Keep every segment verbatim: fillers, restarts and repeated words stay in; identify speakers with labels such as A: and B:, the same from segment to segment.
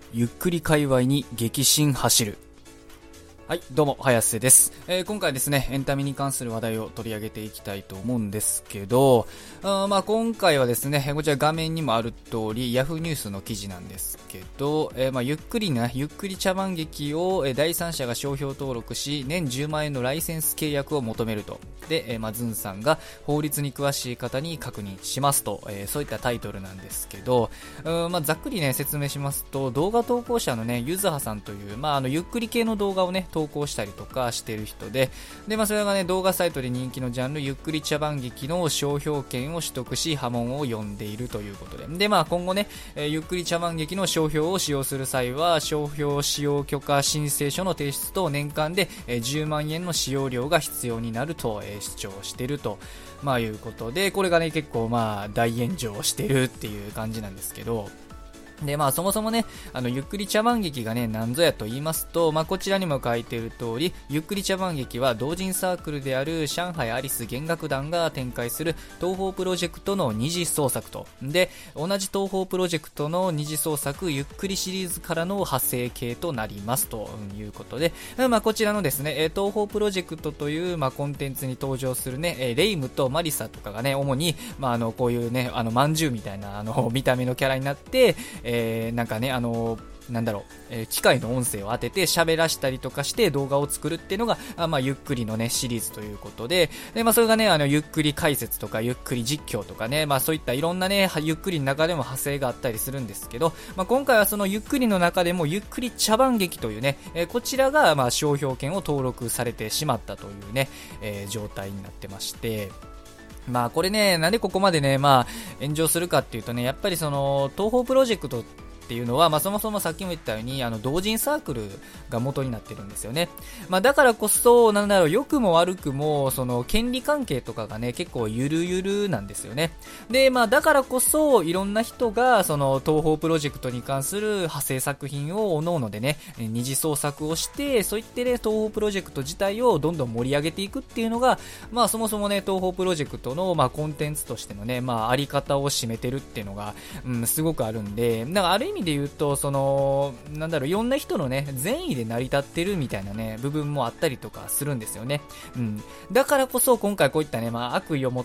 A: ゆっくり界隈に激震走る。はい、どうも、早瀬です。えー、今回ですね、エンタメに関する話題を取り上げていきたいと思うんですけど、あまあ今回はですね、こちら画面にもある通り、ヤフーニュースの記事なんですけど、えー、まあゆっくりな、ゆっくり茶番劇を、えー、第三者が商標登録し、年じゅうまんえんのライセンス契約を求めると。で、えー、まあズンさんが法律に詳しい方に確認しますと、えー、そういったタイトルなんですけど、うんまあざっくりね、説明しますと、動画投稿者のね、ゆずはさんという、まああの、ゆっくり系の動画をね、投稿したりとかしてる人で、で、まあ、それがね、動画サイトで人気のジャンル、ゆっくり茶番劇の商標権を取得し、波紋を呼んでいるということで、で、まあ、今後ね、えー、ゆっくり茶番劇の商標を使用する際は、商標使用許可申請書の提出と、年間で、えー、じゅうまんえんの使用料が必要になると、えー、主張していると、まあ、いうことで、これがね、結構、まあ、大炎上してるっていう感じなんですけど、で、まあ、そもそもね、あの、ゆっくり茶番劇がね、何ぞやと言いますと、まあ、こちらにも書いている通り、ゆっくり茶番劇は同人サークルである上海アリス弦楽団が展開する東宝プロジェクトの二次創作と。で、同じ東宝プロジェクトの二次創作、ゆっくりシリーズからの派生系となりますということで、まあ、こちらのですね、東宝プロジェクトという、まあ、コンテンツに登場するね、レイムとマリサとかがね、主に、まあ、あの、こういうね、あの、まんじゅうみたいな、あの、見た目のキャラになって、えー、なんかね、あのー、なんだろう、えー、機械の音声を当てて喋らしたりとかして動画を作るっていうのが、あまあ、ゆっくりのね、シリーズということで、で、まあ、それがね、あの、ゆっくり解説とか、ゆっくり実況とかね、まあ、そういったいろんなね、ゆっくりの中でも派生があったりするんですけど、まあ、今回はそのゆっくりの中でも、ゆっくり茶番劇というね、えー、こちらが、まあ、商標権を登録されてしまったというね、えー、状態になってまして、まあこれね、なんでここまでね、まあ炎上するかっていうとね、やっぱりその、東宝プロジェクトっていうのは、まあそもそもさっきも言ったように、あの、同人サークルが元になってるんですよね。まあだからこそ、なんだろう、良くも悪くも、その、権利関係とかがね、結構ゆるゆるなんですよね。で、まあだからこそ、いろんな人が、その、東宝プロジェクトに関する派生作品を、おのおのでね、二次創作をして、そういってね、東宝プロジェクト自体をどんどん盛り上げていくっていうのが、まあそもそもね、東宝プロジェクトの、まあコンテンツとしてのね、まああり方を占めてるっていうのが、うん、すごくあるんで、だからある意味で言うと、その、なんだろう、いろんな人のね、善意で成り立ってるみたいなね、部分もあったりとかするんですよね。うん。だからこそ今回こういったね、まあ悪意を持った、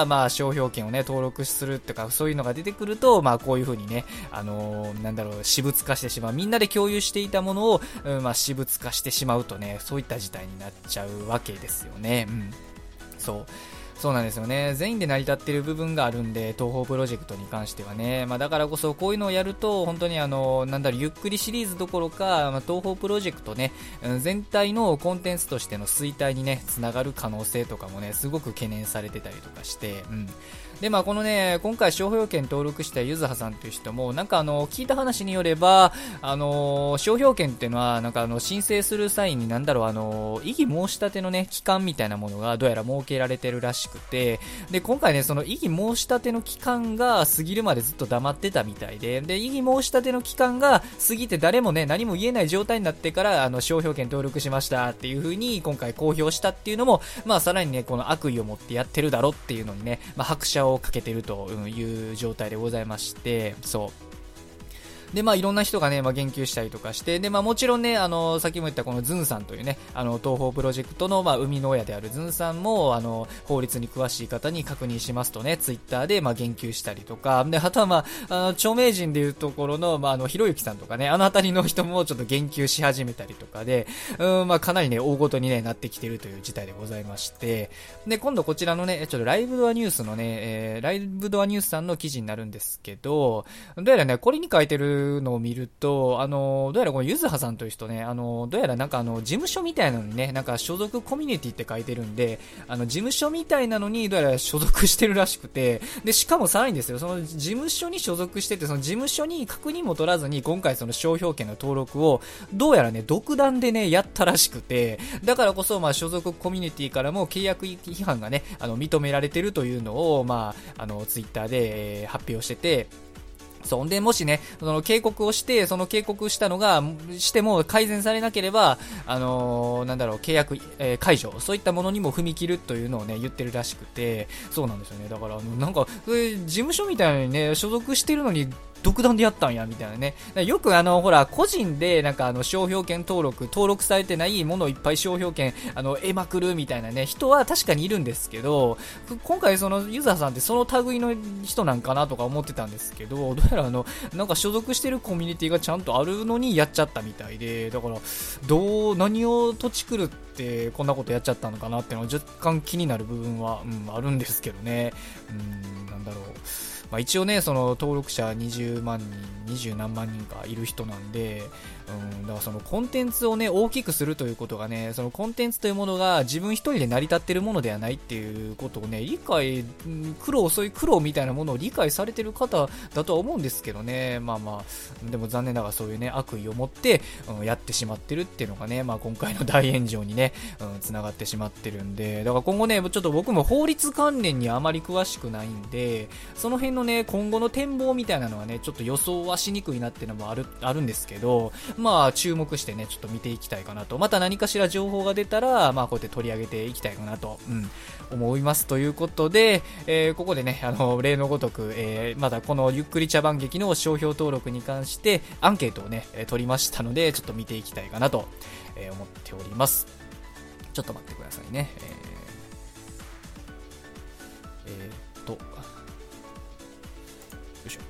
A: まあ商標権をね、登録するとか、そういうのが出てくると、まあこういう風にね、あのー、なんだろう、私物化してしまう。みんなで共有していたものを、うん、まあ私物化してしまうとね、そういった事態になっちゃうわけですよね。うん。そう。そうなんですよね。全員で成り立っている部分があるんで、東宝プロジェクトに関してはね。まあだからこそこういうのをやると、本当にあの、なんだろう、ゆっくりシリーズどころか、まあ、東宝プロジェクトね、全体のコンテンツとしての衰退にね、つながる可能性とかもね、すごく懸念されてたりとかして、うん。で、まあこのね、今回商標権登録したゆずはさんという人も、なんかあの、聞いた話によれば、あの、商標権っていうのは、なんかあの、申請する際になんだろう、あの、異議申し立てのね、期間みたいなものがどうやら設けられてるらしくて、で、今回ね、その異議申し立ての期間が過ぎるまでずっと黙ってたみたいで、で、異議申し立ての期間が過ぎて誰もね、何も言えない状態になってから、あの、商標権登録しましたっていう風に今回公表したっていうのも、まあさらにね、この悪意を持ってやってるだろっていうのにね、まあ拍車をかけてるという状態でございまして、そう。で、まあ、いろんな人がね、まあ、言及したりとかして、で、まあ、もちろんね、あの、さっきも言ったこのズンさんというね、あの、東宝プロジェクトの、まあ、生みの親であるズンさんも、あの、法律に詳しい方に確認しますとね、ツイッターで、まあ、言及したりとか、で、あとは、まあ、あの、著名人でいうところの、まあ、あの、ひろゆきさんとかね、あのあたりの人もちょっと言及し始めたりとかで、うん、まあ、かなりね、大ごとにね、なってきているという事態でございまして、で、今度こちらのね、ちょっとライブドアニュースのね、えー、ライブドアニュースさんの記事になるんですけど、どうやらね、これに書いてるのを見ると、と、あの、どうやらこのゆずはさんという人ね、あの、どうやらなんかあの、事務所みたいなのにね、なんか所属コミュニティって書いてるんで、あの、事務所みたいなのにどうやら所属してるらしくて、で、しかもさらにですよ、その事務所に所属してて、その事務所に確認も取らずに、今回その商標権の登録を、どうやらね、独断でね、やったらしくて、だからこそ、まあ、所属コミュニティからも契約違反がね、あの、認められてるというのを、まあ、あの、ツイッターで、えー、発表してて、そう。で、もしね、その警告をして、その警告したのが、しても改善されなければ、あのー、なんだろう、契約、えー、解除、そういったものにも踏み切るというのをね、言ってるらしくて、そうなんですよね。だから、なんか、事務所みたいにね、所属してるのに、 独断でやったんやみたいなね。よくあのほら個人でなんかあの商標権登録登録されてないものをいっぱい商標権あの得まくるみたいなね人は確かにいるんですけど、今回そのユーザーさんってその類の人なんかなとか思ってたんですけど、どうやらあのなんか所属してるコミュニティがちゃんとあるのにやっちゃったみたいで、だからどう何を土地狂ってこんなことやっちゃったのかなっていうのは若干気になる部分は、うん、あるんですけどね。うん、なんだろう。まあ、一応ね、その登録者にじゅうまんにん、にじゅうなんまんにんかいる人なんで、うん、だからそのコンテンツをね、大きくするということがね、そのコンテンツというものが自分一人で成り立っているものではないっていうことをね、理解、苦労、そういう苦労みたいなものを理解されている方だとは思うんですけどね、まあまあ、でも残念ながらそういうね、悪意を持って、うん、やってしまってるっていうのがね、まあ今回の大炎上にね、うん、繋がってしまってるんで、だから今後ね、ちょっと僕も法律関連にあまり詳しくないんで、その辺のね、今後の展望みたいなのはね、ちょっと予想はしにくいなっていうのもある、あるんですけど、まあ注目してね、ちょっと見ていきたいかなと。また何かしら情報が出たら、まあこうやって取り上げていきたいかなと、うん、思います。ということで、えー、ここでね、あの、例のごとく、えー、まだこのゆっくり茶番劇の商標登録に関してアンケートをね、取りましたので、ちょっと見ていきたいかなと、えー、思っております。ちょっと待ってくださいね。えー、えー、っと、よいしょ。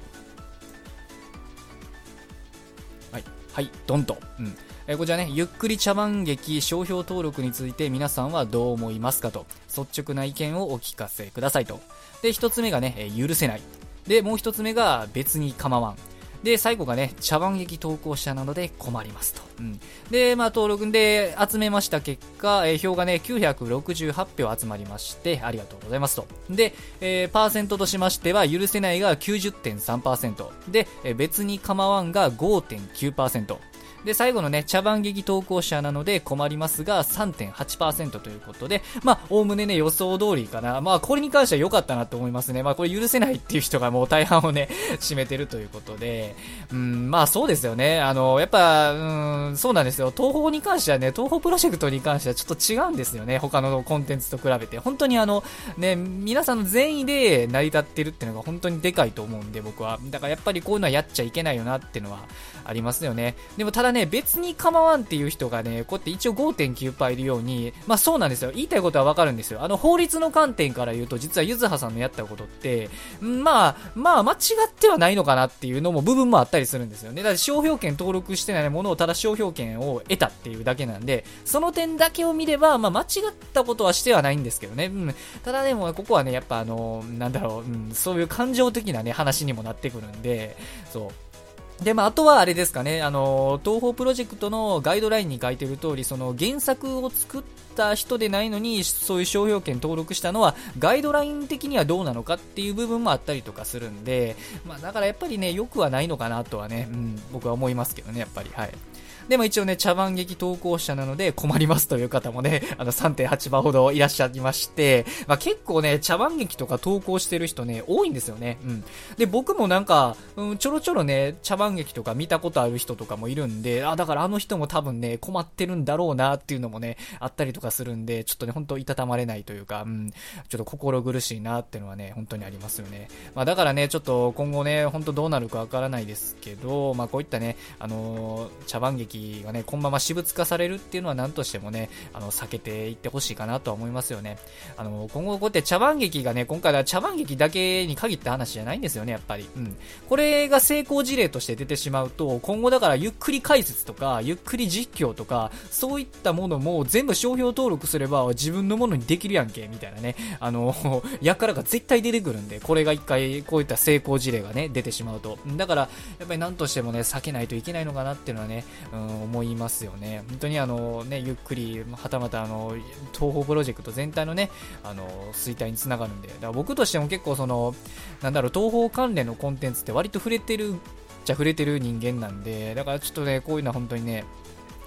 A: はい、はい、ドンと。うん。えー、こちらね、ゆっくり茶番劇商標登録について皆さんはどう思いますかと、率直な意見をお聞かせくださいと。で、一つ目がね、えー、許せない。で、もう一つ目が別に構わん。で、最後がね、茶番劇投稿者なので困りますと。うん。で、まあ、登録で集めました結果、えー、票がね、きゅうひゃくろくじゅうはちひょう集まりまして、ありがとうございますと。で、えー、パーセントとしましては、許せないが きゅうじゅってんさんパーセント。で、えー、別に構わんが ごてんきゅうパーセント。で、最後のね、茶番劇投稿者なので困りますが さんてんはちパーセント ということで、まあ、おおむねね、予想通りかな。まあ、これに関しては良かったなと思いますね。まあ、これ許せないっていう人がもう大半をね、占めてるということで、うん、まあ、そうですよね。あの、やっぱ、うん、そうなんですよ。東宝に関してはね、東宝プロジェクトに関してはちょっと違うんですよね。他のコンテンツと比べて。本当にあの、ね、皆さんの善意で成り立ってるっていうのが本当にでかいと思うんで、僕は。だからやっぱりこういうのはやっちゃいけないよなっていうのはありますよね。でもただね、別に構わんっていう人がね、こうやって一応 ごてんきゅうパーセント いるように、まあそうなんですよ。言いたいことはわかるんですよ。あの法律の観点から言うと、実はゆずはさんのやったことって、まあ、まあ間違ってはないのかなっていうのも部分もあったりするんですよね。だって商標権登録してないものをただ商標権を得たっていうだけなんで、その点だけを見れば、まあ間違ったことはしてはないんですけどね。うん。ただでも、ここはね、やっぱあの、なんだろう、うん、そういう感情的なね、話にもなってくるんで、そう。で、まあ、あとはあれですかね、あの、東宝プロジェクトのガイドラインに書いてる通り、その原作を作った人でないのに、そういう商標権登録したのは、ガイドライン的にはどうなのかっていう部分もあったりとかするんで、まあ、だからやっぱりね、良くはないのかなとはね、うん、僕は思いますけどね、やっぱり、はい。でも一応ね、茶番劇投稿者なので困りますという方もね、あの さんてんはちばほどいらっしゃいまして、まあ結構ね、茶番劇とか投稿してる人ね、多いんですよね。うん。で、僕もなんか、うん、ちょろちょろね、茶番劇とか見たことある人とかもいるんで、あ、だからあの人も多分ね、困ってるんだろうなっていうのもね、あったりとかするんで、ちょっとね、ほんといたたまれないというか、うん、ちょっと心苦しいなっていうのはね、本当にありますよね。まあだからね、ちょっと今後ね、ほんとどうなるかわからないですけど、まあこういったね、あのー、茶番劇がね、このまま私物化されるっていうのは何としてもね、あの、避けていってほしいかなとは思いますよね。あの、今後こうやって茶番劇がね、今回は茶番劇だけに限った話じゃないんですよね、やっぱり。うん。これが成功事例として出てしまうと、今後だからゆっくり解説とか、ゆっくり実況とか、そういったものも全部商標登録すれば自分のものにできるやんけ、みたいなね。あの、やからが絶対出てくるんで、これが一回こういった成功事例がね、出てしまうと。だから、やっぱり何としてもね、避けないといけないのかなっていうのはね、うん、思いますよね。本当にあのね、ゆっくり、はたまたあの、東宝プロジェクト全体のね、あの、衰退につながるんで、だから僕としても結構その、なんだろう、東宝関連のコンテンツって割と触れてる、じゃ触れてる人間なんで、だからちょっとね、こういうのは本当にね、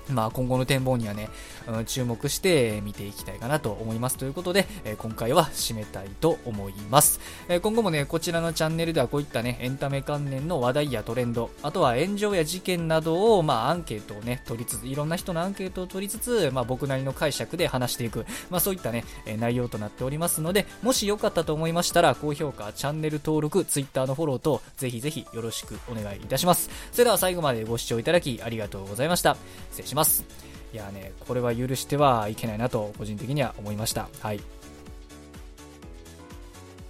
A: まあ今後の展望にはね、うん、注目して見ていきたいかなと思いますということで、えー、今回は締めたいと思います、えー、今後もねこちらのチャンネルではこういったねエンタメ関連の話題やトレンド、あとは炎上や事件などをまあアンケートをね取りつつ、いろんな人のアンケートを取りつつ、まあ僕なりの解釈で話していく、まあそういったね、えー、内容となっておりますので、もしよかったと思いましたら高評価、チャンネル登録、ツイッターのフォローとぜひぜひよろしくお願いいたします。それでは最後までご視聴いただきありがとうございました。失礼します。いやね、これは許してはいけないなと個人的には思いました。はい。